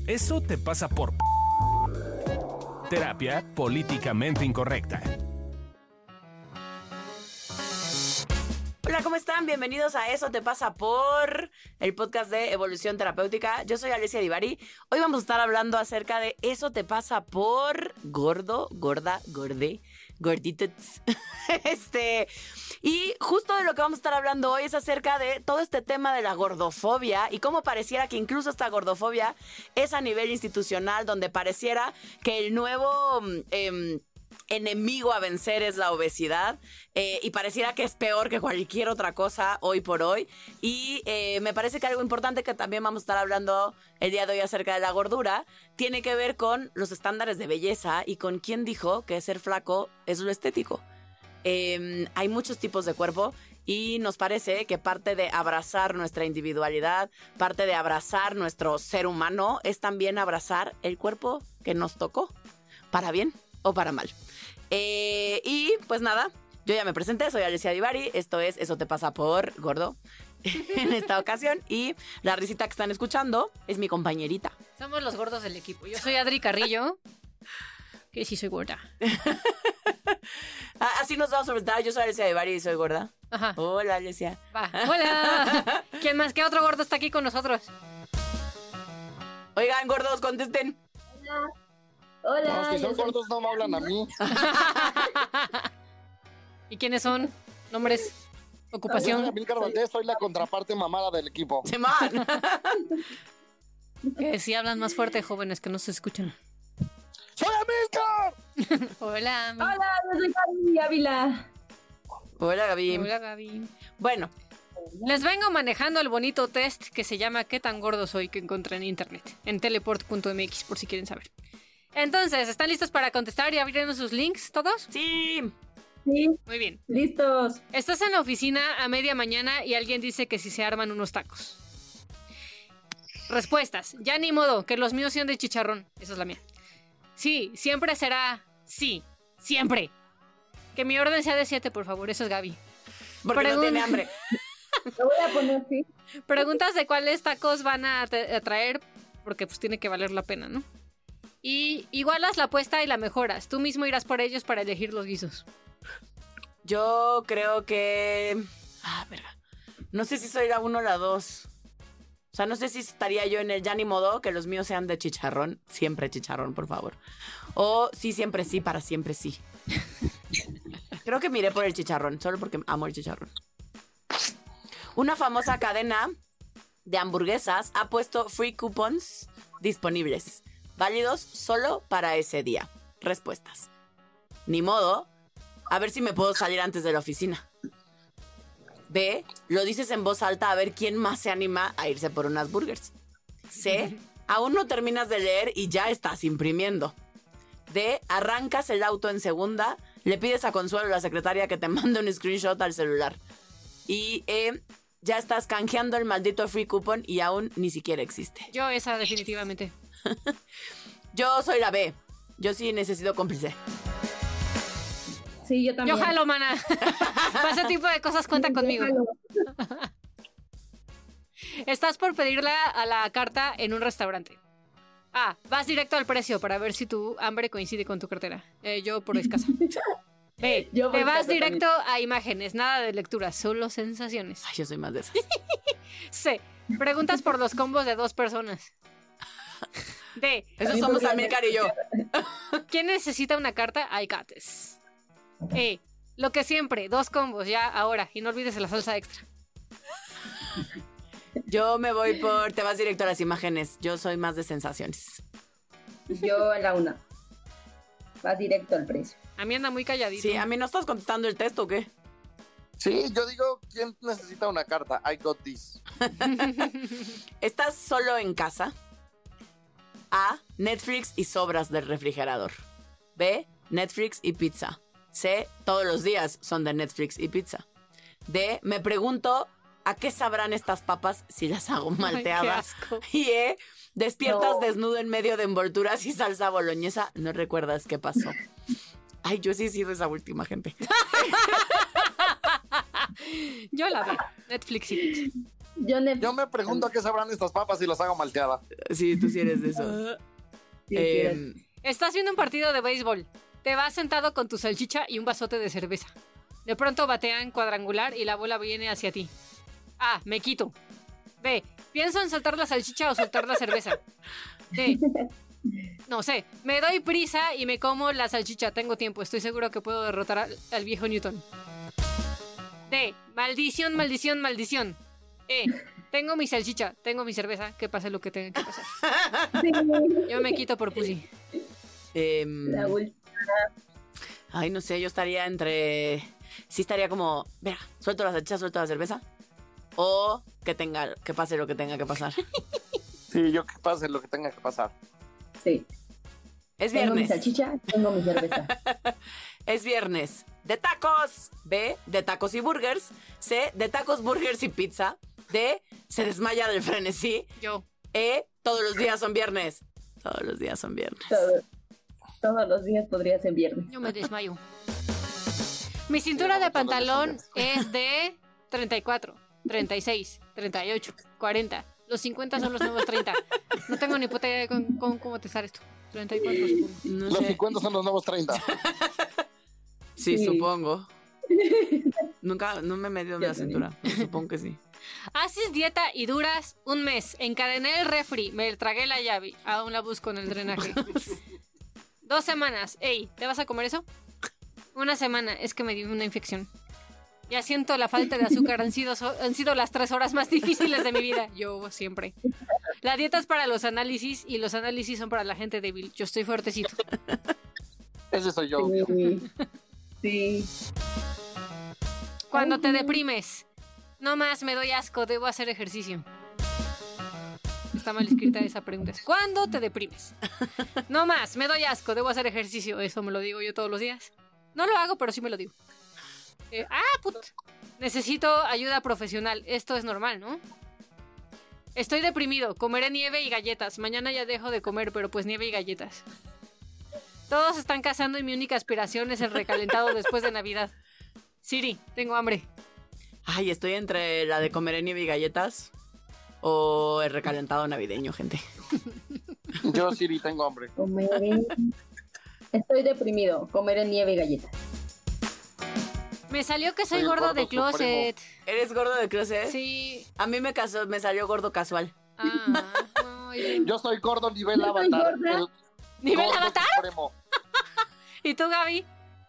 Eso te pasa por terapia políticamente incorrecta. Hola, ¿cómo están? Bienvenidos a Eso te pasa por el podcast de Evolución Terapéutica. Yo soy Alessia Divari. Hoy vamos a estar hablando acerca de Eso te pasa por gordo, gorda, gordé, gorditos. Y justo de lo que vamos a estar hablando hoy es acerca de todo este tema de la gordofobia y cómo pareciera que incluso esta gordofobia es a nivel institucional, donde pareciera que el nuevo enemigo a vencer es la obesidad, y pareciera que es peor que cualquier otra cosa hoy por hoy. Y me parece que algo importante que también vamos a estar hablando el día de hoy acerca de la gordura tiene que ver con los estándares de belleza y con quién dijo que ser flaco es lo estético. Hay muchos tipos de cuerpo y nos parece que parte de abrazar nuestra individualidad, parte de abrazar nuestro ser humano, es también abrazar el cuerpo que nos tocó, para bien o para mal. Y pues nada, yo ya me presenté, soy Alessia Divari, esto es Eso te pasa por gordo en esta ocasión, y la risita que están escuchando es mi compañerita. Somos los gordos del equipo. Yo soy Adri Carrillo, que sí soy gorda. Así nos vamos a presentar. Yo soy Alessia Divari y soy gorda. Ajá. Hola, Alessia. Va. Hola. ¿Quién más? ¿Qué otro gordo está aquí con nosotros? Oigan, gordos, contesten. Hola. Los que son gordos no me hablan a mí. ¿Y quiénes son? ¿Nombres? Yo soy ¿Ocupación? Amílcar Valdés, soy la contraparte mamada del equipo. Semán. Que sí hablan más fuerte, jóvenes, que no se escuchan. ¡Soy Amílcar! Hola. Hola, yo soy Gaby Ávila. Hola, Gaby. Hola, Gaby. Bueno, Les vengo manejando el bonito test que se llama ¿Qué tan gordo soy? Que encontré en internet, en teleport.mx, por si quieren saber. Entonces, ¿están listos para contestar y abrirnos sus links todos? sí. Sí, Muy bien. listos. Estás en la oficina a media mañana y alguien dice que si se arman unos tacos. Respuestas. Ya ni modo, que los míos sean de chicharrón. Esa es la mía. Sí, siempre será sí. Siempre. Que mi orden sea de 7, por favor. Eso es Gaby. Porque no tiene hambre. Lo voy a poner así. Preguntas de cuáles tacos van a traer, porque pues tiene que valer la pena, ¿no? Y igualas la apuesta y la mejoras. Tú mismo irás por ellos para elegir los guisos. Yo creo que... verga. No sé si soy la 1 o la 2. O sea, no sé si estaría yo en el ya ni modo, que los míos sean de chicharrón. Siempre chicharrón, por favor. O sí, siempre sí, para siempre sí. Creo que miré por el chicharrón, solo porque amo el chicharrón. Una famosa cadena de hamburguesas ha puesto free coupons disponibles, válidos solo para ese día. Respuestas. Ni modo. A ver si me puedo salir antes de la oficina. B, lo dices en voz alta a ver quién más se anima a irse por unas burgers. C, aún no terminas de leer y ya estás imprimiendo. D, arrancas el auto en segunda, le pides a Consuelo, la secretaria, que te mande un screenshot al celular. Y E, ya estás canjeando el maldito free coupon y aún ni siquiera existe. Yo esa definitivamente. Yo soy la B. Yo sí necesito cómplice. Sí, yo también. Yo jalo, mana. Para ese tipo de cosas cuenta Yo conmigo. jalo. Estás por pedirla a la carta en un restaurante. A, vas directo al precio para ver si tu hambre coincide con tu cartera. Yo por escasa. B, Yo por te vas escasa directo a imágenes, nada de lectura, solo sensaciones. Ay, yo soy más de esas. C, preguntas por los combos de 2 personas. D, Esos somos Amílcar y yo. ¿quién necesita una carta? I got this. E, lo que siempre, 2 combos ya, ahora, y no olvides la salsa extra. Yo me voy por... Te vas directo a las imágenes. Yo soy más de sensaciones. Yo la 1. Vas directo al precio. A mí anda muy calladito. Sí, a mí no estás contestando el texto, ¿o qué? Sí, yo digo, ¿quién necesita una carta? I got this. ¿Estás solo en casa? A, Netflix y sobras del refrigerador. B, Netflix y pizza. C, todos los días son de Netflix y pizza. D, me pregunto a qué sabrán estas papas si las hago malteadas. Ay, qué asco. Y E, despiertas No. desnudo en medio de envolturas y salsa boloñesa. No recuerdas qué pasó. Ay, yo sí he sido esa última gente. Yo la veo. Netflix y pizza. Yo me pregunto qué sabrán estas papas si las hago malteada. Sí, tú sí eres de eso. Sí, Estás viendo un partido de béisbol. Te vas sentado con tu salchicha y un vasote de cerveza. De pronto batean cuadrangular y la bola viene hacia ti. A. Me quito. B. Pienso en soltar la salchicha o soltar la cerveza. D. No sé. Me doy prisa y me como la salchicha. Tengo tiempo. Estoy seguro que puedo derrotar al viejo Newton. D. Maldición, maldición, maldición. E. Tengo mi salchicha. Tengo mi cerveza. Que pase lo que tenga que pasar. Sí. Yo me quito por pussy. La última. Ay, no sé, yo estaría entre... Sí estaría como, mira, suelto la salchicha, suelto la cerveza. O que pase lo que tenga que pasar. Sí, yo que pase lo que tenga que pasar. Sí. Es Tengo mi viernes. salchicha, tengo mi cerveza. Es viernes. De tacos. B, de tacos y burgers. C, de tacos, burgers y pizza. D, se desmaya del frenesí. Yo. E, todos los días son viernes. Todos los días son viernes. Todos los días podría ser viernes. Yo me desmayo. Mi cintura de pantalón es de 34, 36, 38, 40. Los 50 son los nuevos 30. No tengo ni puta idea de cómo testar esto. 34, supongo. No Los sé. 50 son los nuevos 30. Sí, Sí. supongo. Nunca, no me medio la cintura. Supongo que sí. Haces dieta y duras un mes. Encadené el refri, me tragué la llave. Aún la busco en el drenaje. 2 semanas. Ey, ¿te vas a comer eso? 1 semana. Es que me dio una infección. Ya siento la falta de azúcar. Han sido las 3 horas más difíciles de mi vida. Yo siempre. La dieta es para los análisis y los análisis son para la gente débil. Yo estoy fuertecito. Ese soy yo. Sí. Cuando te deprimes. No más, me doy asco. Debo hacer ejercicio. Está mal escrita esa pregunta. ¿Cuándo te deprimes? No más, me doy asco. Debo hacer ejercicio. Eso me lo digo yo todos los días. No lo hago, pero sí me lo digo. Necesito ayuda profesional. Esto es normal, ¿no? Estoy deprimido. Comeré nieve y galletas. Mañana ya dejo de comer, pero pues nieve y galletas. Todos están cazando y mi única aspiración es el recalentado después de Navidad. Siri, tengo hambre. Ay, estoy entre la de comer nieve y galletas o el recalentado navideño, gente. Yo, Siri, tengo hambre. Estoy deprimido. Comeré nieve y galletas. Me salió que soy Soy el gordo gordo de closet. ¿Eres gordo de closet? Sí. A mí me salió gordo casual. Ay. Yo soy gordo nivel Yo soy avatar. gorda. el ¿Nivel gordo avatar? supremo. ¿Y tú, Gaby?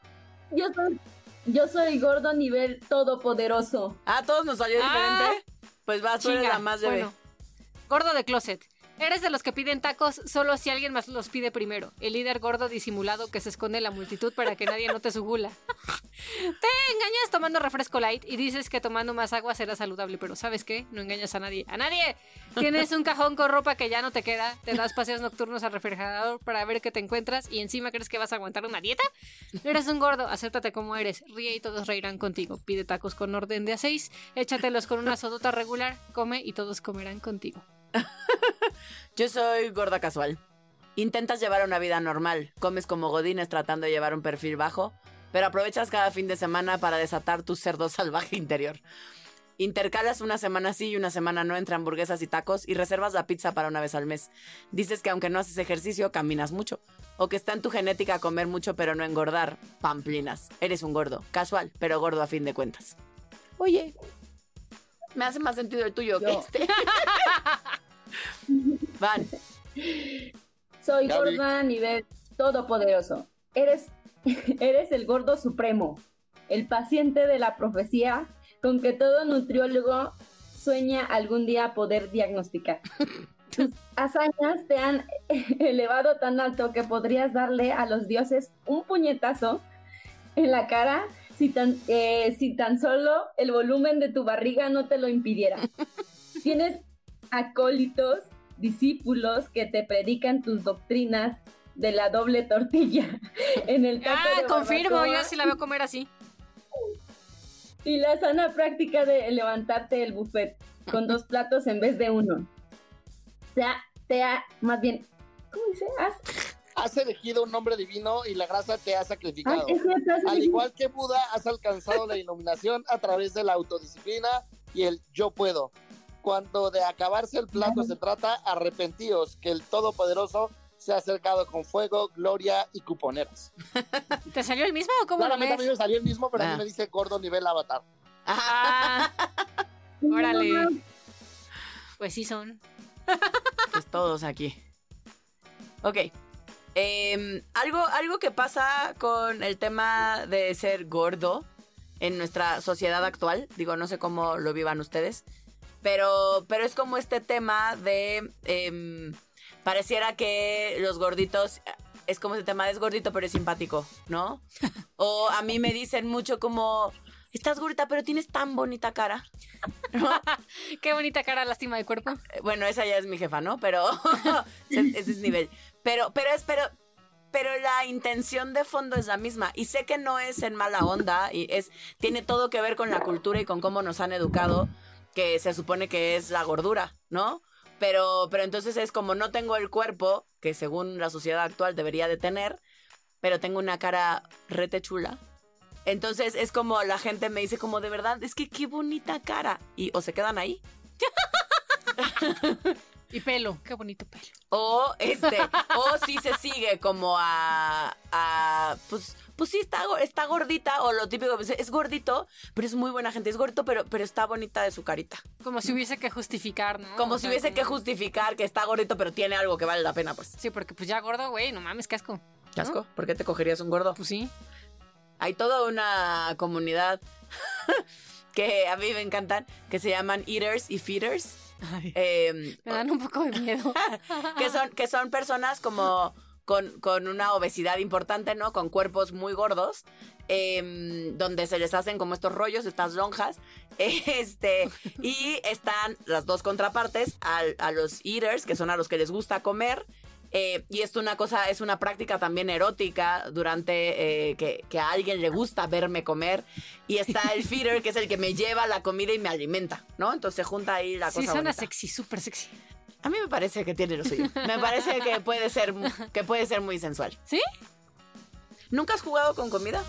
Yo soy gordo nivel todopoderoso. Ah, ¿todos nos salió diferente? Pues vas, tú eres Chinga. la más bebé. Bueno. Gordo de closet. Eres de los que piden tacos solo si alguien más los pide primero. El líder gordo disimulado que se esconde en la multitud para que nadie note su gula. Te engañas tomando refresco light y dices que tomando más agua será saludable, pero ¿sabes qué? No engañas a nadie. ¡A nadie! Tienes un cajón con ropa que ya no te queda, te das paseos nocturnos al refrigerador para ver qué te encuentras y encima crees que vas a aguantar una dieta. Eres un gordo, acéptate como eres, ríe y todos reirán contigo. Pide tacos con orden de a 6, échatelos con una sodota regular, come y todos comerán contigo. Yo soy gorda casual. Intentas llevar una vida normal. Comes como godines tratando de llevar un perfil bajo, pero aprovechas cada fin de semana para desatar tu cerdo salvaje interior. Intercalas una semana sí y una semana no entre hamburguesas y tacos y reservas la pizza para una vez al mes. Dices que aunque no haces ejercicio, caminas mucho. O que está en tu genética comer mucho pero no engordar. Pamplinas. Eres un gordo. Casual, pero gordo a fin de cuentas. Oye, me hace más sentido el tuyo que este. Van. Soy Gaby. gorda nivel todopoderoso. Eres el gordo supremo, el paciente de la profecía con que todo nutriólogo sueña algún día poder diagnosticar. Tus hazañas te han elevado tan alto que podrías darle a los dioses un puñetazo en la cara si tan solo el volumen de tu barriga no te lo impidiera. Tienes acólitos, discípulos que te predican tus doctrinas de la doble tortilla en el taco de Confirmo, barbacoa yo sí la veo comer así. y la sana práctica de levantarte el buffet con 2 platos en vez de 1. Más bien, ¿cómo dice? Has elegido un nombre divino y la grasa te ha sacrificado. Es cierto, Al igual que Buda, has alcanzado la iluminación a través de la autodisciplina y el yo puedo. Cuando de acabarse el plato se trata, arrepentíos, que el Todopoderoso se ha acercado con fuego, gloria y cuponeras. ¿Te salió el mismo o cómo lo Claramente a ves? mí me salió el mismo, pero a Ah. mí me dice gordo nivel avatar. Ah, órale. Pues sí son. Pues todos aquí. Ok. Algo que pasa con el tema de ser gordo en nuestra sociedad actual, digo, no sé cómo lo vivan ustedes, pero es como este tema de... pareciera que los gorditos... Es como ese tema de es gordito pero es simpático, ¿no? O a mí me dicen mucho como... Estás gordita pero tienes tan bonita cara. ¿No? Qué bonita cara, lástima de cuerpo. Bueno, esa ya es mi jefa, ¿no? Pero ese es nivel. Pero la intención de fondo es la misma. Y sé que no es en mala onda. Y tiene todo que ver con la cultura y con cómo nos han educado. Que se supone que es la gordura, ¿no? Pero entonces es como no tengo el cuerpo que según la sociedad actual debería de tener. Pero tengo una cara rete chula. Entonces es como la gente me dice como de verdad, es que qué bonita cara. Y o se quedan ahí. Y pelo, qué bonito pelo. O sí se sigue como pues sí está gordita. O lo típico, es gordito, pero es muy buena gente. Es gordito, pero está bonita de su carita. Como si hubiese que justificar, ¿no? Como O si sea, hubiese que como- justificar que está gordito, pero tiene algo que vale la pena, pues. Sí, porque pues ya gordo, güey, no mames, qué asco. ¿Qué asco? ¿Por qué te cogerías un gordo? Pues sí. Hay toda una comunidad que a mí me encantan, que se llaman eaters y feeders. Me dan un poco de miedo. que son personas como con una obesidad importante, ¿no? Con cuerpos muy gordos, donde se les hacen como estos rollos, estas lonjas, y están las dos contrapartes a los eaters, que son a los que les gusta comer. Y esto es una práctica también erótica durante que a alguien le gusta verme comer. Y está el feeder, que es el que me lleva la comida y me alimenta, ¿no? Entonces se junta ahí la Sí, cosa suena bonita. sexy, súper sexy. A mí me parece que tiene lo suyo. Me parece que puede ser muy sensual. ¿Sí? ¿Nunca has jugado con comida?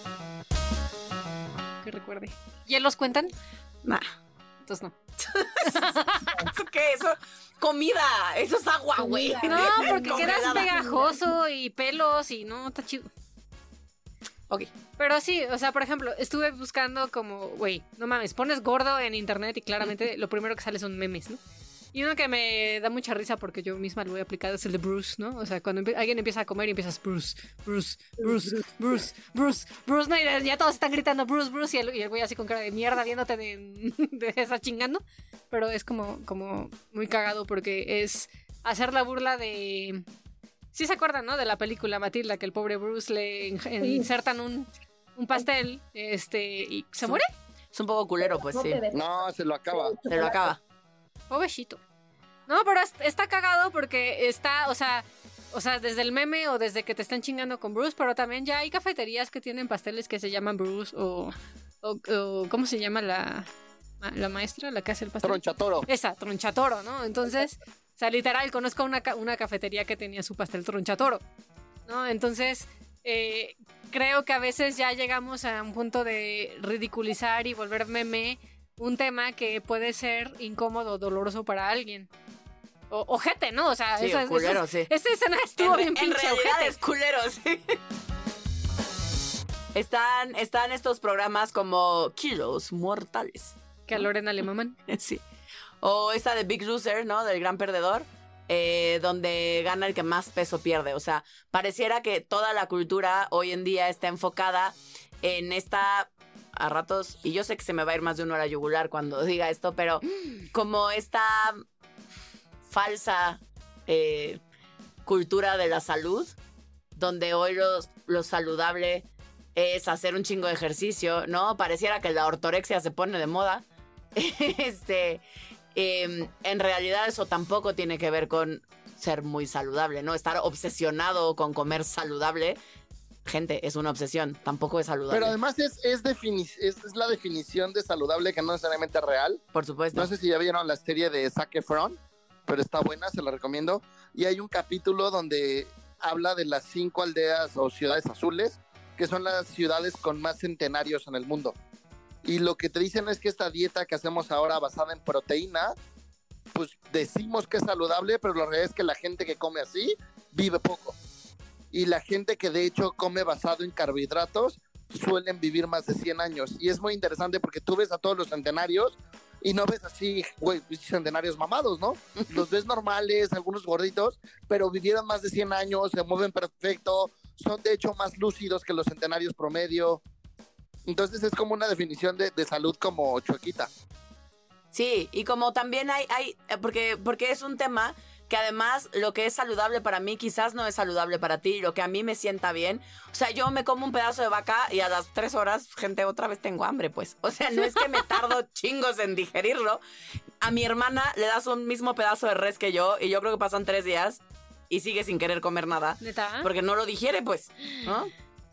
Que recuerde. ¿Hielos cuentan? Nah. Entonces no. ¿Eso qué? Eso, comida. Eso es agua, güey. No, porque quedas Congelada. pegajoso y pelos y no, está chido. Ok. Pero sí, o sea, por ejemplo, estuve buscando como, güey, no mames, pones gordo en internet y claramente lo primero que sale son memes, ¿no? Y uno que me da mucha risa porque yo misma lo he aplicado es el de Bruce, ¿no? O sea, cuando alguien empieza a comer y empiezas Bruce, Bruce, Bruce, Bruce, Bruce, Bruce, ¿no? Y ya todos están gritando Bruce, Bruce y el güey así con cara de mierda viéndote de estar chingando. Pero es como muy cagado porque es hacer la burla de... Sí se acuerdan, ¿no? De la película Matilda, que el pobre Bruce le insertan un pastel, y se muere. Es un poco culero, pues sí. No, se lo acaba. Se lo acaba. Pobrecito. No, pero está cagado porque está, o sea, desde el meme o desde que te están chingando con Bruce, pero también ya hay cafeterías que tienen pasteles que se llaman Bruce o ¿cómo se llama la maestra, la que hace el pastel? Tronchatoro. Esa, Tronchatoro, ¿no? Entonces, o sea, literal, conozco una cafetería que tenía su pastel Tronchatoro, ¿no? Entonces, creo que a veces ya llegamos a un punto de ridiculizar y volver meme un tema que puede ser incómodo o doloroso para alguien. O ojete, ¿no? O sea, Sí, o culero, sí. esa escena estuvo bien En pinche realidad ojete. es culero, sí. Están estos programas como Kilos Mortales. Que a Lorena le maman. Sí. O esta de Big Loser, ¿no? Del gran perdedor. Donde gana el que más peso pierde. O sea, pareciera que toda la cultura hoy en día está enfocada en esta, a ratos, y yo sé que se me va a ir más de uno a la yugular cuando diga esto, pero como esta falsa cultura de la salud, donde hoy lo saludable es hacer un chingo de ejercicio, ¿no? Pareciera que la ortorexia se pone de moda. En realidad eso tampoco tiene que ver con ser muy saludable, ¿no? Estar obsesionado con comer saludable, gente, es una obsesión, tampoco es saludable. Pero además es la definición de saludable que no necesariamente es real. Por supuesto. No sé si ya vieron la serie de Zac Efron, pero está buena, se la recomiendo. Y hay un capítulo donde habla de las 5 aldeas o ciudades azules, que son las ciudades con más centenarios en el mundo. y lo que te dicen es que esta dieta que hacemos ahora basada en proteína, pues decimos que es saludable, pero la realidad es que la gente que come así vive poco. Y la gente que de hecho come basado en carbohidratos suelen vivir más de 100 años. Y es muy interesante porque tú ves a todos los centenarios y no ves así, güey, centenarios mamados, ¿no? Los ves normales, algunos gorditos, pero vivieron más de 100 años, se mueven perfecto, son de hecho más lúcidos que los centenarios promedio. Entonces es como una definición de salud como chuequita. Sí, y como también hay porque es un tema que además lo que es saludable para mí quizás no es saludable para ti, lo que a mí me sienta bien. O sea, yo me como un pedazo de vaca y a las 3 horas, gente, otra vez tengo hambre, pues. O sea, no es que me tardo chingos en digerirlo. A mi hermana le das un mismo pedazo de res que yo y yo creo que pasan 3 días y sigue sin querer comer nada. ¿Neta? Porque no lo digiere, pues, ¿no?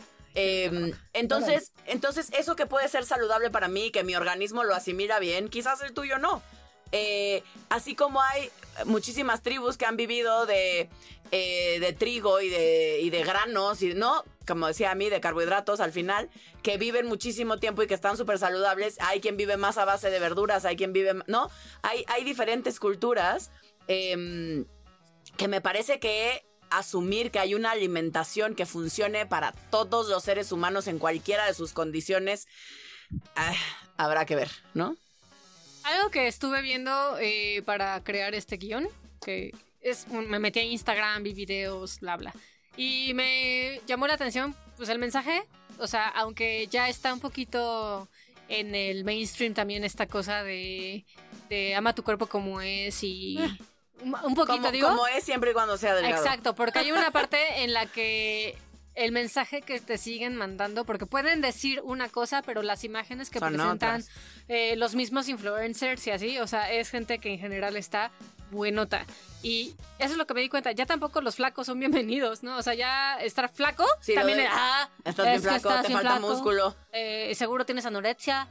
Entonces eso que puede ser saludable para mí, que mi organismo lo asimila bien, quizás el tuyo no. Así como hay muchísimas tribus que han vivido de trigo y de granos, y no, como decía a mí, de carbohidratos al final, que viven muchísimo tiempo y que están súper saludables. Hay quien vive más a base de verduras, hay quien vive, ¿no? Hay diferentes culturas que me parece que asumir que hay una alimentación que funcione para todos los seres humanos en cualquiera de sus condiciones, habrá que ver, ¿no? Algo que estuve viendo para crear este guión, que me metí a Instagram, vi videos, bla, bla. Y me llamó la atención, pues, el mensaje. O sea, aunque ya está un poquito en el mainstream también esta cosa de ama tu cuerpo como es y... Un poquito, digo. Como es siempre y cuando sea delgado. Exacto, porque hay una parte en la que el mensaje que te siguen mandando, porque pueden decir una cosa, pero las imágenes que son presentan los mismos influencers y así, o sea, es gente que en general está buenota. Y eso es lo que me di cuenta, ya tampoco los flacos son bienvenidos, ¿no? O sea, ya estar flaco sí, también estás bien flaco, te falta músculo. Seguro tienes anorexia,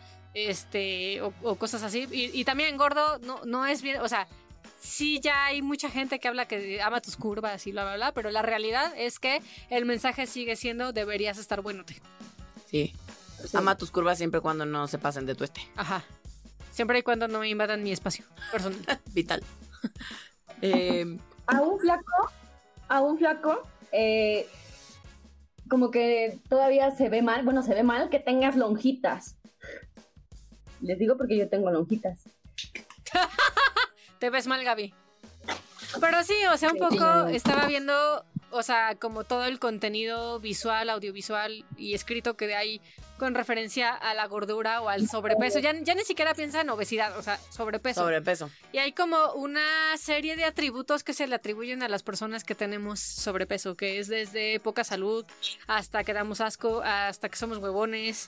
o cosas así. Y también gordo no es bien, o sea, sí ya hay mucha gente que habla que ama tus curvas y bla, bla, bla, pero la realidad es que el mensaje sigue siendo deberías estar buenote. Sí. Ama tus curvas siempre y cuando no se pasen de tu Ajá. Siempre y cuando no invadan mi espacio personal. Vital. A un flaco, como que todavía se ve mal que tengas lonjitas. Les digo porque yo tengo lonjitas. Te ves mal, Gaby. Pero sí, o sea, un poco estaba viendo, o sea, como todo el contenido visual, audiovisual y escrito que hay con referencia a la gordura o al sobrepeso. Ya ni siquiera piensa en obesidad, o sea, sobrepeso. Y hay como una serie de atributos que se le atribuyen a las personas que tenemos sobrepeso, que es desde poca salud hasta que damos asco, hasta que somos huevones,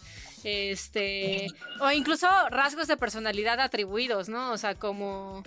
o incluso rasgos de personalidad atribuidos, ¿no? O sea, como...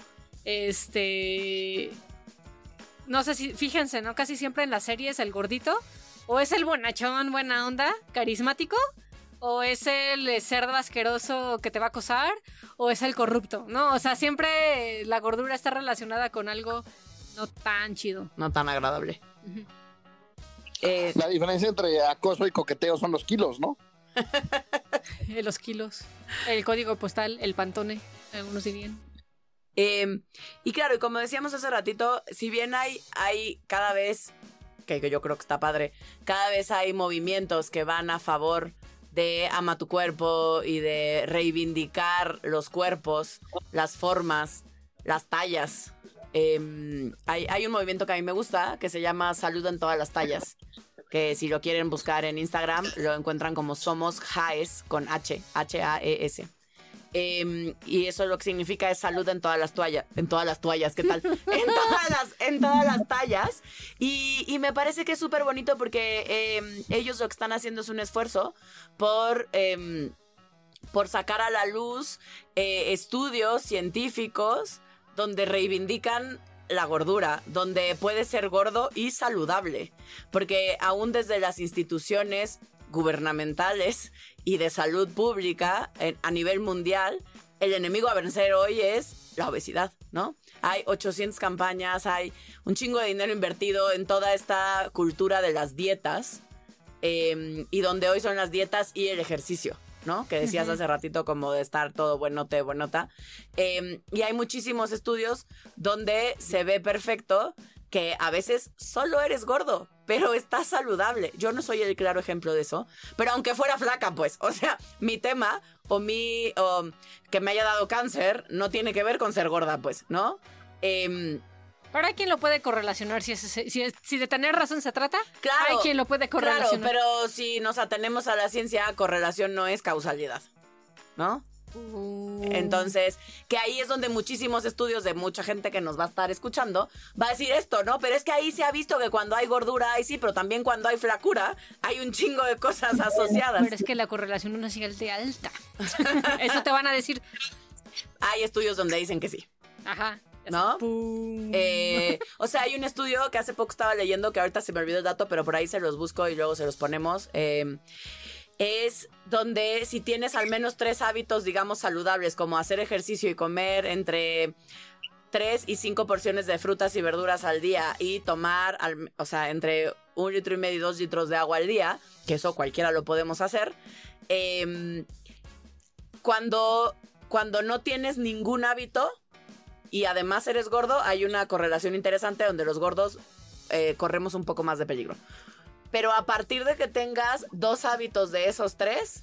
no sé si, fíjense, ¿no? Casi siempre en las series el gordito o es el bonachón, buena onda, carismático, o es el cerdo asqueroso que te va a acosar, o es el corrupto, ¿no? O sea, siempre la gordura está relacionada con algo no tan chido. No tan agradable. Uh-huh. La diferencia entre acoso y coqueteo son los kilos, ¿no? Los kilos, el código postal, el pantone, algunos dirían. Y claro, y como decíamos hace ratito, si bien hay cada vez, que yo creo que está padre, cada vez hay movimientos que van a favor de ama tu cuerpo y de reivindicar los cuerpos, las formas, las tallas. Hay un movimiento que a mí me gusta que se llama Salud en todas las tallas, que si lo quieren buscar en Instagram lo encuentran como Somos Jaes con H-A-E-S. Y eso lo que significa es salud en todas las toallas, ¿qué tal? en todas las tallas. Y me parece que es súper bonito porque ellos lo que están haciendo es un esfuerzo por sacar a la luz estudios científicos donde reivindican la gordura, donde puede ser gordo y saludable. Porque aún desde las instituciones gubernamentales y de salud pública a nivel mundial, el enemigo a vencer hoy es la obesidad, ¿no? Hay 800 campañas, hay un chingo de dinero invertido en toda esta cultura de las dietas, y donde hoy son las dietas y el ejercicio, ¿no? Que decías hace ratito como de estar todo buenota. Y hay muchísimos estudios donde se ve perfecto que a veces solo eres gordo, pero estás saludable. Yo no soy el claro ejemplo de eso, pero aunque fuera flaca, pues, o sea, mi tema o que me haya dado cáncer no tiene que ver con ser gorda, pues, ¿no? Pero hay quien lo puede correlacionar si de tener razón se trata. Claro, hay quien lo puede correlacionar. Claro, pero si nos atenemos a la ciencia, correlación no es causalidad, ¿no? Entonces, que ahí es donde muchísimos estudios de mucha gente que nos va a estar escuchando va a decir esto, ¿no? Pero es que ahí se ha visto que cuando hay gordura, ahí sí, pero también cuando hay flacura, hay un chingo de cosas asociadas. Pero es que la correlación no es igual de alta. Eso te van a decir. Hay estudios donde dicen que sí. Ajá. ¿No? O sea, hay un estudio que hace poco estaba leyendo, que ahorita se me olvidó el dato, pero por ahí se los busco y luego se los ponemos. Es donde si tienes al menos 3 hábitos, digamos, saludables, como hacer ejercicio y comer entre 3 y 5 porciones de frutas y verduras al día y tomar, o sea, entre 1,5 litros y 2 litros de agua al día, que eso cualquiera lo podemos hacer, cuando no tienes ningún hábito y además eres gordo, hay una correlación interesante donde los gordos corremos un poco más de peligro. Pero a partir de que tengas 2 hábitos de esos 3,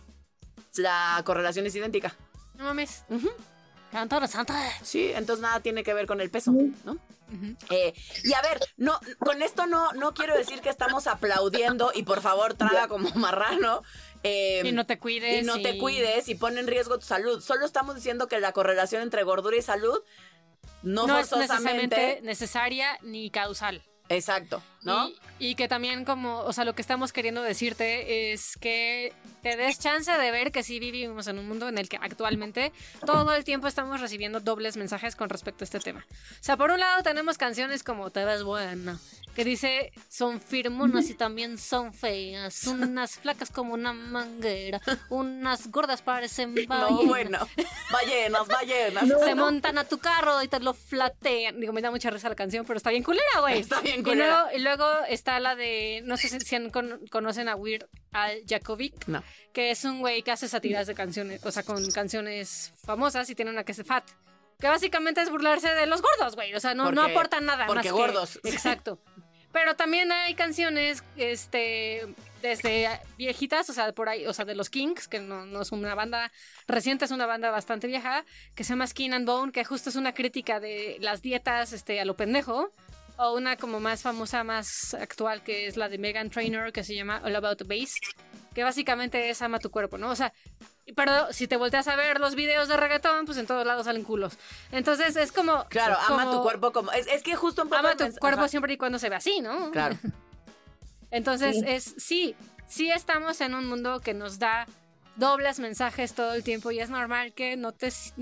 la correlación es idéntica. No mames. Cantora Santa. Sí, entonces nada tiene que ver con el peso, ¿no? Y a ver, no, con esto no quiero decir que estamos aplaudiendo y por favor traga como marrano. Y no te cuides. Y no te cuides y pone en riesgo tu salud. Solo estamos diciendo que la correlación entre gordura y salud no forzosamente es necesariamente necesaria ni causal. Exacto, ¿no? Y que también como, o sea, lo que estamos queriendo decirte es que te des chance de ver que sí vivimos en un mundo en el que actualmente todo el tiempo estamos recibiendo dobles mensajes con respecto a este tema. O sea, por un lado tenemos canciones como Te ves buena, que dice son firmonas y también son feas, unas flacas como una manguera, unas gordas parecen ballenas. No, bueno, ballenas. Se montan a tu carro y te lo flatean. Digo, me da mucha risa la canción, pero está bien culera, güey. Está bien culera. Y luego está la de, no sé si conocen a Weird Al Yankovic, no, que es un güey que hace sátiras de canciones, o sea, con canciones famosas, y tiene una que es Fat, que básicamente es burlarse de los gordos, güey, o sea, no aportan nada. Porque más gordos. Exacto. Pero también hay canciones, desde viejitas, o sea, por ahí, o sea, de los Kinks, que no es una banda reciente, es una banda bastante vieja, que se llama Skin and Bone, que justo es una crítica de las dietas, a lo pendejo. O una como más famosa, más actual, que es la de Meghan Trainor, que se llama All About the Bass, que básicamente es ama tu cuerpo, ¿no? O sea, pero si te volteas a ver los videos de reggaetón, pues en todos lados salen culos. Entonces es como... Claro, ama tu cuerpo como... Es que justo un poco... Ama tu cuerpo siempre y cuando se ve así, ¿no? Claro. Entonces sí estamos en un mundo que nos da dobles mensajes todo el tiempo y es normal que no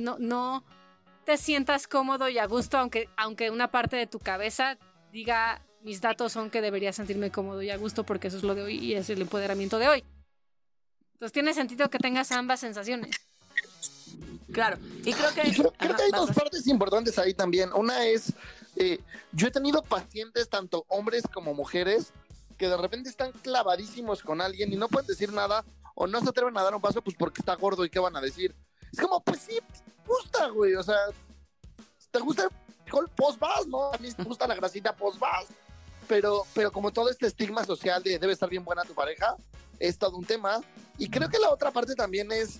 te sientas cómodo y a gusto, aunque una parte de tu cabeza diga, mis datos son que debería sentirme cómodo y a gusto porque eso es lo de hoy y es el empoderamiento de hoy. Entonces tiene sentido que tengas ambas sensaciones. Claro, y creo que hay 2 partes importantes ahí también. Una es, yo he tenido pacientes, tanto hombres como mujeres, que de repente están clavadísimos con alguien y no pueden decir nada o no se atreven a dar un paso pues porque está gordo y qué van a decir. Es como, pues sí, te gusta, güey, o sea, te gusta el post-vas, ¿no? A mí me gusta la grasita post-vas, pero como todo este estigma social de debe estar bien buena tu pareja, es todo un tema. Y creo que la otra parte también es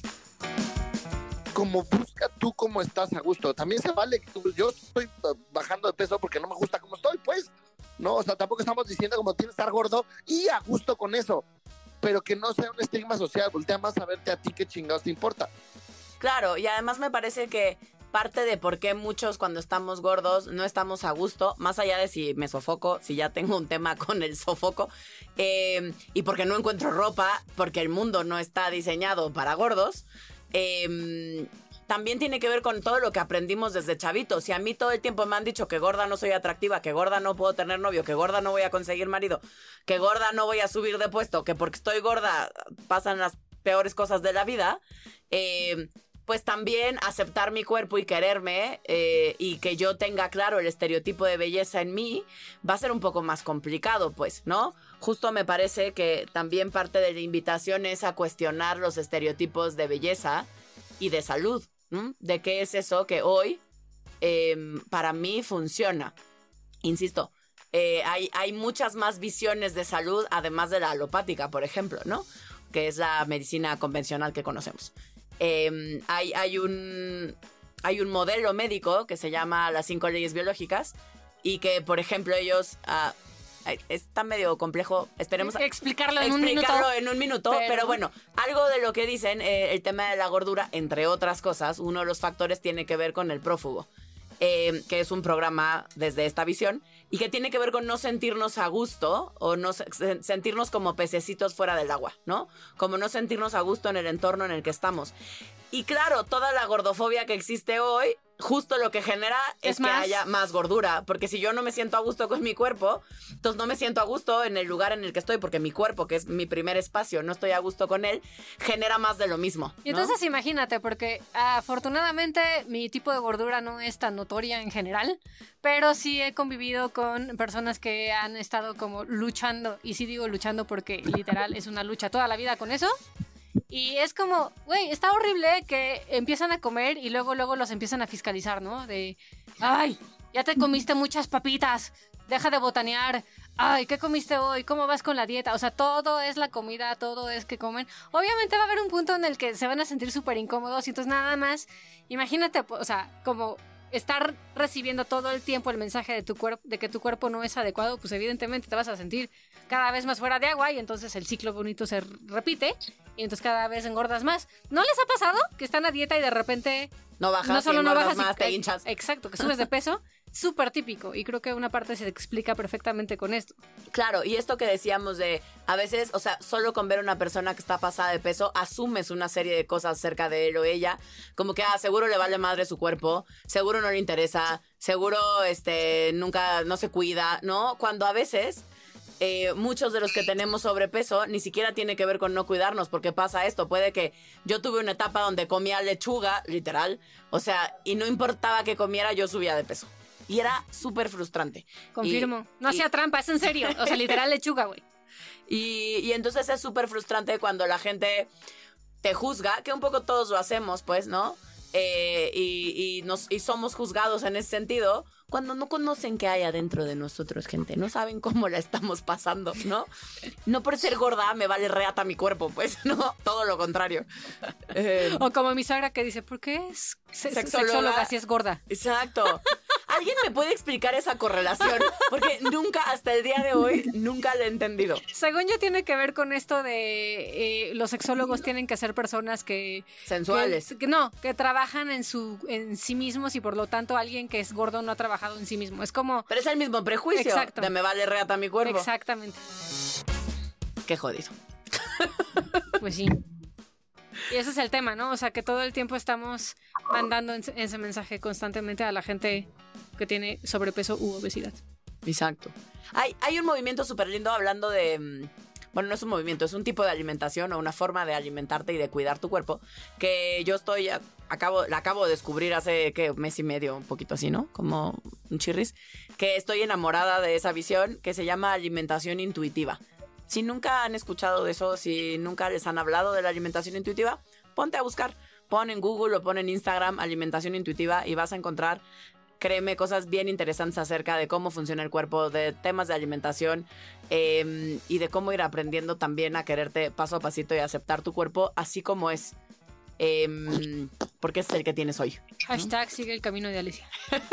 como busca tú cómo estás a gusto. También se vale que yo estoy bajando de peso porque no me gusta cómo estoy, pues, ¿no? O sea, tampoco estamos diciendo como tienes que estar gordo y a gusto con eso, pero que no sea un estigma social. Voltea más a verte a ti qué chingados te importa. Claro, y además me parece que parte de por qué muchos cuando estamos gordos no estamos a gusto, más allá de si me sofoco, si ya tengo un tema con el sofoco, y porque no encuentro ropa, porque el mundo no está diseñado para gordos, también tiene que ver con todo lo que aprendimos desde chavitos. Si a mí todo el tiempo me han dicho que gorda no soy atractiva, que gorda no puedo tener novio, que gorda no voy a conseguir marido, que gorda no voy a subir de puesto, que porque estoy gorda pasan las peores cosas de la vida, pues también aceptar mi cuerpo y quererme y que yo tenga claro el estereotipo de belleza en mí va a ser un poco más complicado, pues, ¿no? Justo me parece que también parte de la invitación es a cuestionar los estereotipos de belleza y de salud, ¿no? De qué es eso que hoy para mí funciona. Insisto, hay muchas más visiones de salud además de la alopática, por ejemplo, ¿no? Que es la medicina convencional que conocemos. Hay un modelo médico que se llama las 5 leyes biológicas y que, por ejemplo, ellos... está medio complejo, esperemos explicarlo en un minuto, pero bueno, algo de lo que dicen, el tema de la gordura, entre otras cosas, uno de los factores tiene que ver con el prófugo, que es un programa desde esta visión y que tiene que ver con no sentirnos a gusto o no sentirnos como pececitos fuera del agua, ¿no? Como no sentirnos a gusto en el entorno en el que estamos. Y claro, toda la gordofobia que existe hoy, justo lo que genera es que haya más gordura. Porque si yo no me siento a gusto con mi cuerpo, entonces no me siento a gusto en el lugar en el que estoy, porque mi cuerpo, que es mi primer espacio, no estoy a gusto con él, genera más de lo mismo, ¿no? Y entonces imagínate, porque afortunadamente mi tipo de gordura no es tan notoria en general, pero sí he convivido con personas que han estado como luchando, y sí digo luchando porque literal es una lucha toda la vida con eso. Y es como, güey, está horrible que empiezan a comer y luego los empiezan a fiscalizar, ¿no? De, ay, ya te comiste muchas papitas, deja de botanear, ay, ¿qué comiste hoy? ¿Cómo vas con la dieta? O sea, todo es la comida, todo es que comen. Obviamente va a haber un punto en el que se van a sentir súper incómodos y entonces nada más, imagínate, o sea, como estar recibiendo todo el tiempo el mensaje de tu cuerpo, de que tu cuerpo no es adecuado, pues evidentemente te vas a sentir cada vez más fuera de agua y entonces el ciclo bonito se repite y entonces cada vez engordas más. ¿No les ha pasado que están a dieta y de repente no bajas, no solo no bajas más, te hinchas? Exacto, que subes de peso. Súper típico y creo que una parte se explica perfectamente con esto. Claro, y esto que decíamos de a veces, o sea, solo con ver a una persona que está pasada de peso, asumes una serie de cosas acerca de él o ella, como que seguro le vale madre su cuerpo, seguro no le interesa, seguro nunca, no se cuida, ¿no? Cuando a veces... muchos de los que tenemos sobrepeso ni siquiera tiene que ver con no cuidarnos, porque pasa esto, puede que yo tuve una etapa donde comía lechuga, literal, o sea, y no importaba que comiera, yo subía de peso. Y era súper frustrante. Confirmo. No hacía trampa, es en serio. O sea, literal lechuga, güey. Y entonces es súper frustrante cuando la gente te juzga, que un poco todos lo hacemos, pues, ¿no? Y somos juzgados en ese sentido cuando no conocen qué hay adentro de nosotros, gente. No saben cómo la estamos pasando, ¿no? No por ser gorda me vale reata mi cuerpo, pues, no, todo lo contrario. O como mi suegra que dice, ¿por qué es sexóloga si es gorda? Exacto. ¿Alguien me puede explicar esa correlación? Porque nunca, hasta el día de hoy, nunca la he entendido. Según yo tiene que ver con esto de los sexólogos tienen que ser personas que... sensuales. Que trabajan en sí mismos y por lo tanto alguien que es gordo no ha trabajado en sí mismo. Es como... Pero es el mismo prejuicio. Exacto. De me vale reata mi cuerpo. Exactamente. Qué jodido. Pues sí. Y ese es el tema, ¿no? O sea, que todo el tiempo estamos mandando ese mensaje constantemente a la gente que tiene sobrepeso u obesidad. Exacto. Hay un movimiento súper lindo hablando de... Bueno, no es un movimiento, es un tipo de alimentación o una forma de alimentarte y de cuidar tu cuerpo que yo la acabo de descubrir hace, ¿qué? Mes y medio, un poquito así, ¿no? Como un chirris. Que estoy enamorada de esa visión que se llama alimentación intuitiva. Si nunca han escuchado de eso, si nunca les han hablado de la alimentación intuitiva, ponte a buscar. Pon en Google o pon en Instagram alimentación intuitiva y vas a encontrar, créeme, cosas bien interesantes acerca de cómo funciona el cuerpo, de temas de alimentación y de cómo ir aprendiendo también a quererte paso a pasito y aceptar tu cuerpo así como es. Porque es el que tienes hoy. Hashtag sigue el camino de Alicia.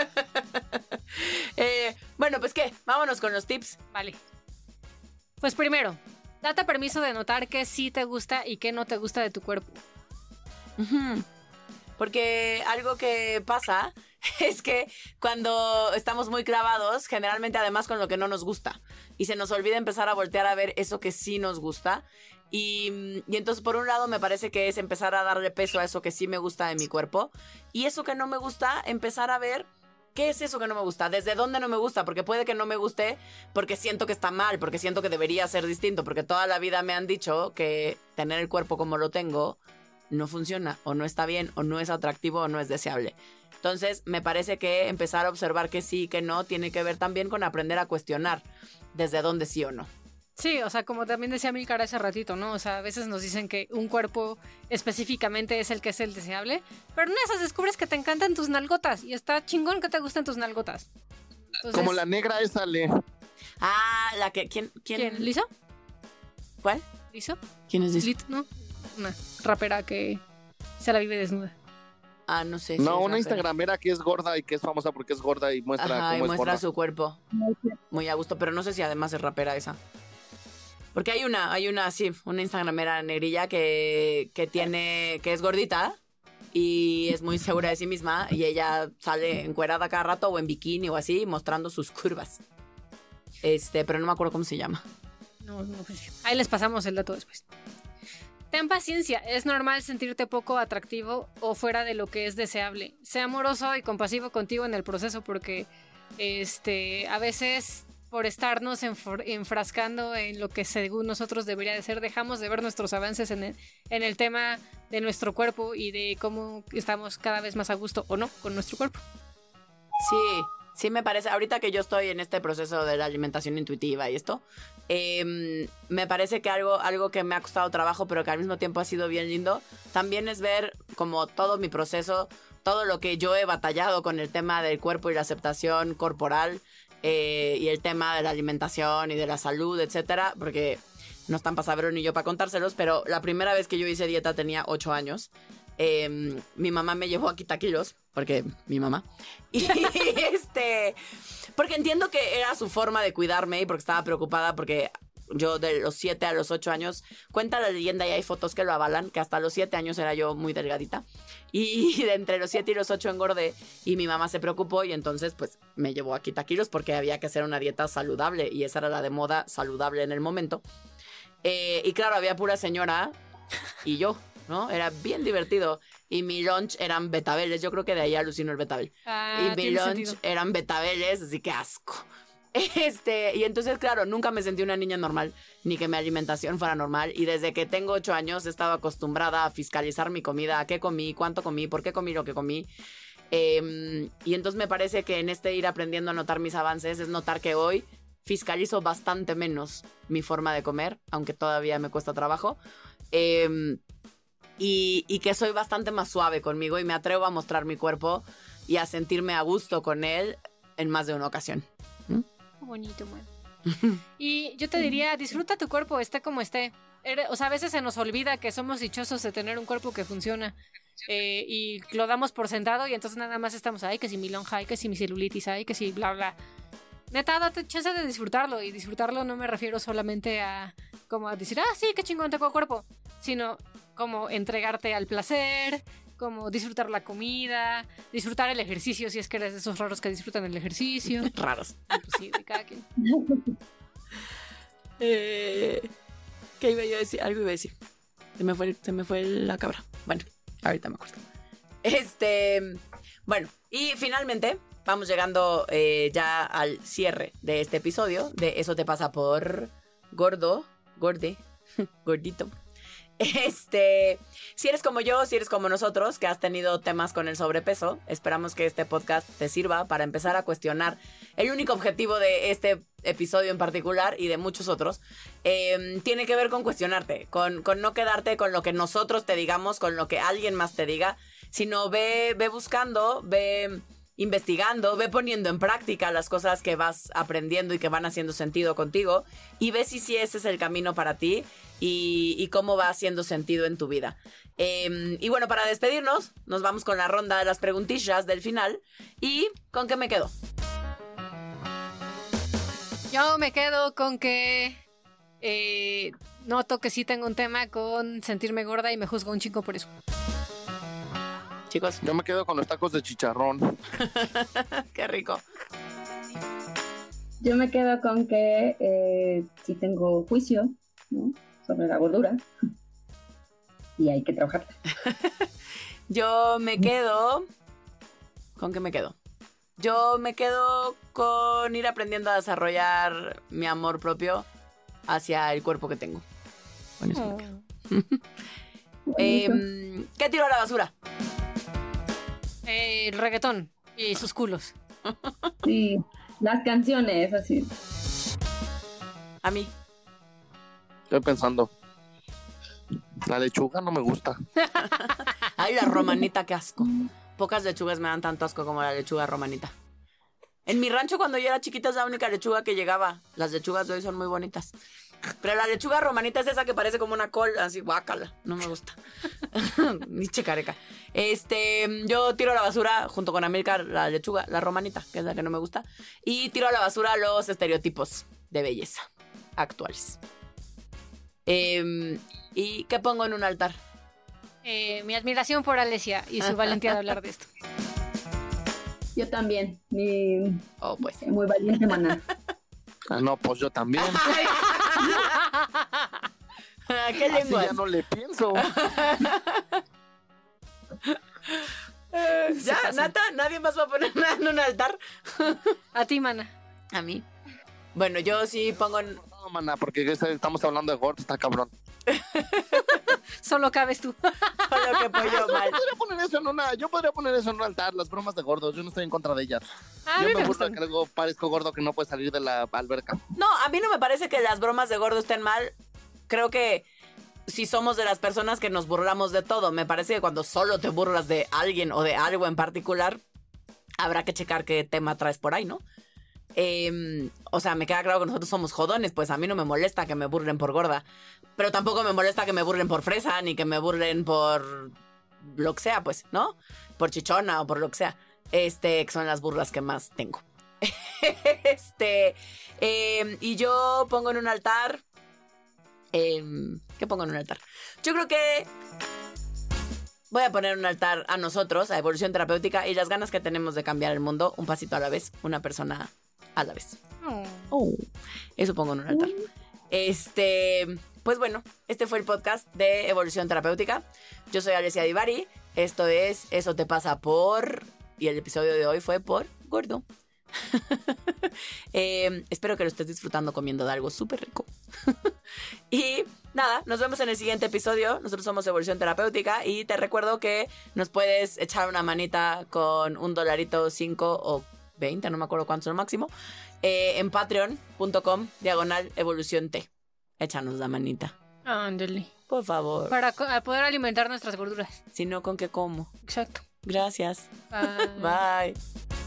Bueno, pues ¿qué? Vámonos con los tips. Vale. Pues primero, date permiso de notar qué sí te gusta y qué no te gusta de tu cuerpo. Porque algo que pasa es que cuando estamos muy clavados, generalmente además con lo que no nos gusta, y se nos olvida empezar a voltear a ver eso que sí nos gusta, y entonces por un lado me parece que es empezar a darle peso a eso que sí me gusta de mi cuerpo, y eso que no me gusta, empezar a ver ¿qué es eso que no me gusta? ¿Desde dónde no me gusta? Porque puede que no me guste porque siento que está mal, porque siento que debería ser distinto, porque toda la vida me han dicho que tener el cuerpo como lo tengo no funciona, o no está bien, o no es atractivo, o no es deseable. Entonces, me parece que empezar a observar que sí y que no tiene que ver también con aprender a cuestionar desde dónde sí o no. Sí, o sea, como también decía Milcar hace ratito, ¿no? O sea, a veces nos dicen que un cuerpo específicamente es el que es el deseable, pero en esas descubres que te encantan tus nalgotas y está chingón que te gusten tus nalgotas. Entonces, Como la negra esa, Ah, la que... ¿Quién? ¿Liso? ¿Cuál? ¿Liso? ¿Quién es Liz? ¿Lit? ¿No? Una rapera que se la vive desnuda. Ah, no sé. No, si es una rapera. instagramera que es gorda y que es famosa porque es gorda y muestra Ajá, y cómo es muestra gorda. su cuerpo. Muy a gusto, pero no sé si además es rapera esa. Porque hay una, sí, una instagramera negrilla que es gordita y es muy segura de sí misma y ella sale encuerada cada rato o en bikini o así, mostrando sus curvas. Pero no me acuerdo cómo se llama. No, pues, ahí les pasamos el dato después. Ten paciencia, es normal sentirte poco atractivo o fuera de lo que es deseable. Sé amoroso y compasivo contigo en el proceso porque a veces por estarnos enfrascando en lo que según nosotros debería de ser, dejamos de ver nuestros avances en el tema de nuestro cuerpo y de cómo estamos cada vez más a gusto o no con nuestro cuerpo. Sí, me parece, ahorita que yo estoy en este proceso de la alimentación intuitiva y esto, me parece que algo que me ha costado trabajo, pero que al mismo tiempo ha sido bien lindo, también es ver como todo mi proceso, todo lo que yo he batallado con el tema del cuerpo y la aceptación corporal, y el tema de la alimentación y de la salud, etcétera, porque no están para saberlo ni yo para contárselos, pero la primera vez que yo hice dieta tenía 8 años. Mi mamá me llevó a quitaquilos, porque mi mamá. Y porque entiendo que era su forma de cuidarme y porque estaba preocupada porque yo de los 7 a los 8 años, cuenta la leyenda y hay fotos que lo avalan, que hasta los 7 años era yo muy delgadita. Y de entre los 7 y los 8 engordé y mi mamá se preocupó y entonces pues me llevó a quitaquilos porque había que hacer una dieta saludable y esa era la de moda saludable en el momento. Y claro, había pura señora y yo, ¿no? Era bien divertido. Y mi lunch eran betabeles. Yo creo que de ahí alucino el betabel. Y mi lunch sentido. eran betabeles, así que asco. Y entonces, claro, nunca me sentí una niña normal, ni que mi alimentación fuera normal. Y desde que tengo 8 años he estado acostumbrada a fiscalizar mi comida, a qué comí, cuánto comí, por qué comí lo que comí. Y entonces me parece que en ir aprendiendo a notar mis avances es notar que hoy fiscalizo bastante menos mi forma de comer, aunque todavía me cuesta trabajo. Y que soy bastante más suave conmigo y me atrevo a mostrar mi cuerpo y a sentirme a gusto con él en más de una ocasión. Qué bonito, man. Y yo te diría, disfruta tu cuerpo, esté como esté. O sea, a veces se nos olvida que somos dichosos de tener un cuerpo que funciona. Y lo damos por sentado y entonces nada más estamos, ay, que si mi lonja, ay, que si mi celulitis, ay, que si bla, bla. Neta, date chance de disfrutarlo. Y disfrutarlo no me refiero solamente a como a decir, sí, qué chingón tengo cuerpo. Sino como entregarte al placer, como disfrutar la comida, disfrutar el ejercicio, si es que eres de esos raros que disfrutan el ejercicio. Raros. Pues sí, de cada quien. ¿Qué iba yo a decir? Algo iba a decir. Se me fue la cabra. Bueno, ahorita me acuerdo. Bueno, y finalmente vamos llegando ya al cierre de este episodio de Eso te pasa por gordito. Si eres como yo, si eres como nosotros, que has tenido temas con el sobrepeso, esperamos que este podcast te sirva para empezar a cuestionar el único objetivo de este episodio en particular y de muchos otros. Tiene que ver con cuestionarte, con no quedarte con lo que nosotros te digamos, con lo que alguien más te diga, sino ve buscando, ve investigando, ve poniendo en práctica las cosas que vas aprendiendo y que van haciendo sentido contigo y ve si ese es el camino para ti y cómo va haciendo sentido en tu vida. Y bueno, para despedirnos, nos vamos con la ronda de las preguntillas del final. ¿Y con qué me quedo? Yo me quedo con que noto que sí tengo un tema con sentirme gorda y me juzgo un chingo por eso. Chicos, Yo me quedo con los tacos de chicharrón. qué rico. Yo me quedo con que sí tengo juicio, ¿no?, sobre la gordura y hay que trabajar. Yo me quedo... ¿Con qué me quedo? Yo me quedo con ir aprendiendo a desarrollar mi amor propio hacia el cuerpo que tengo. Con eso me quedo. ¿Qué tiro a la basura? El reggaetón y sus culos. Sí, las canciones, así. A mí. Estoy pensando. La lechuga no me gusta. Ay, la romanita, qué asco. Pocas lechugas me dan tanto asco como la lechuga romanita. En mi rancho cuando yo era chiquita es la única lechuga que llegaba. Las lechugas de hoy son muy bonitas. Pero la lechuga romanita es esa que parece como una col, así, guácala. No me gusta. Ni checareca. Yo tiro a la basura, junto con Amílcar, la lechuga, la romanita, que es la que no me gusta. Y tiro a la basura los estereotipos de belleza actuales. ¿Y qué pongo en un altar? Mi admiración por Alesia y su valentía de hablar de esto. Yo también. Oh, pues. Muy valiente, maná. No, pues yo también. ¿Qué Así lenguas? ya no le pienso. Ya, Nata, nadie más va a poner nada en un altar. A ti, mana. A mí. Bueno, yo sí pongo en... No, maná, porque estamos hablando de gordo, está cabrón. Solo cabes tú. lo que pollo mal. Yo podría poner eso en un altar, las bromas de gordos, yo no estoy en contra de ellas. A mí Yo me me gusta gustan. que algo parezco gordo que no puede salir de la alberca. No, a mí no me parece que las bromas de gordo estén mal. Creo que si somos de las personas que nos burlamos de todo, me parece que cuando solo te burlas de alguien o de algo en particular, habrá que checar qué tema traes por ahí, ¿no? O sea, me queda claro que nosotros somos jodones, pues a mí no me molesta que me burlen por gorda, pero tampoco me molesta que me burlen por fresa, ni que me burlen por lo que sea, pues, ¿no? Por chichona o por lo que sea. Que son las burlas que más tengo. Y yo pongo en un altar. ¿Qué pongo en un altar? Yo creo que voy a poner un altar a nosotros, a Evolución Terapéutica, y las ganas que tenemos de cambiar el mundo, un pasito a la vez, una persona a la vez. Eso pongo en un altar. Pues bueno, este fue el podcast de Evolución Terapéutica. Yo soy Alesia Divari. Esto es Eso te pasa por... Y el episodio de hoy fue por gordo. Espero que lo estés disfrutando comiendo de algo súper rico. Y nada, nos vemos en el siguiente episodio. Nosotros somos Evolución Terapéutica y te recuerdo que nos puedes echar una manita con $1, 5 o 20, no me acuerdo cuánto es el máximo, en patreon.com/evolución T. Échanos la manita, Ándale. por favor. Para poder alimentar nuestras gorduras. Si no, ¿con qué como? Exacto. Gracias. Bye. Bye.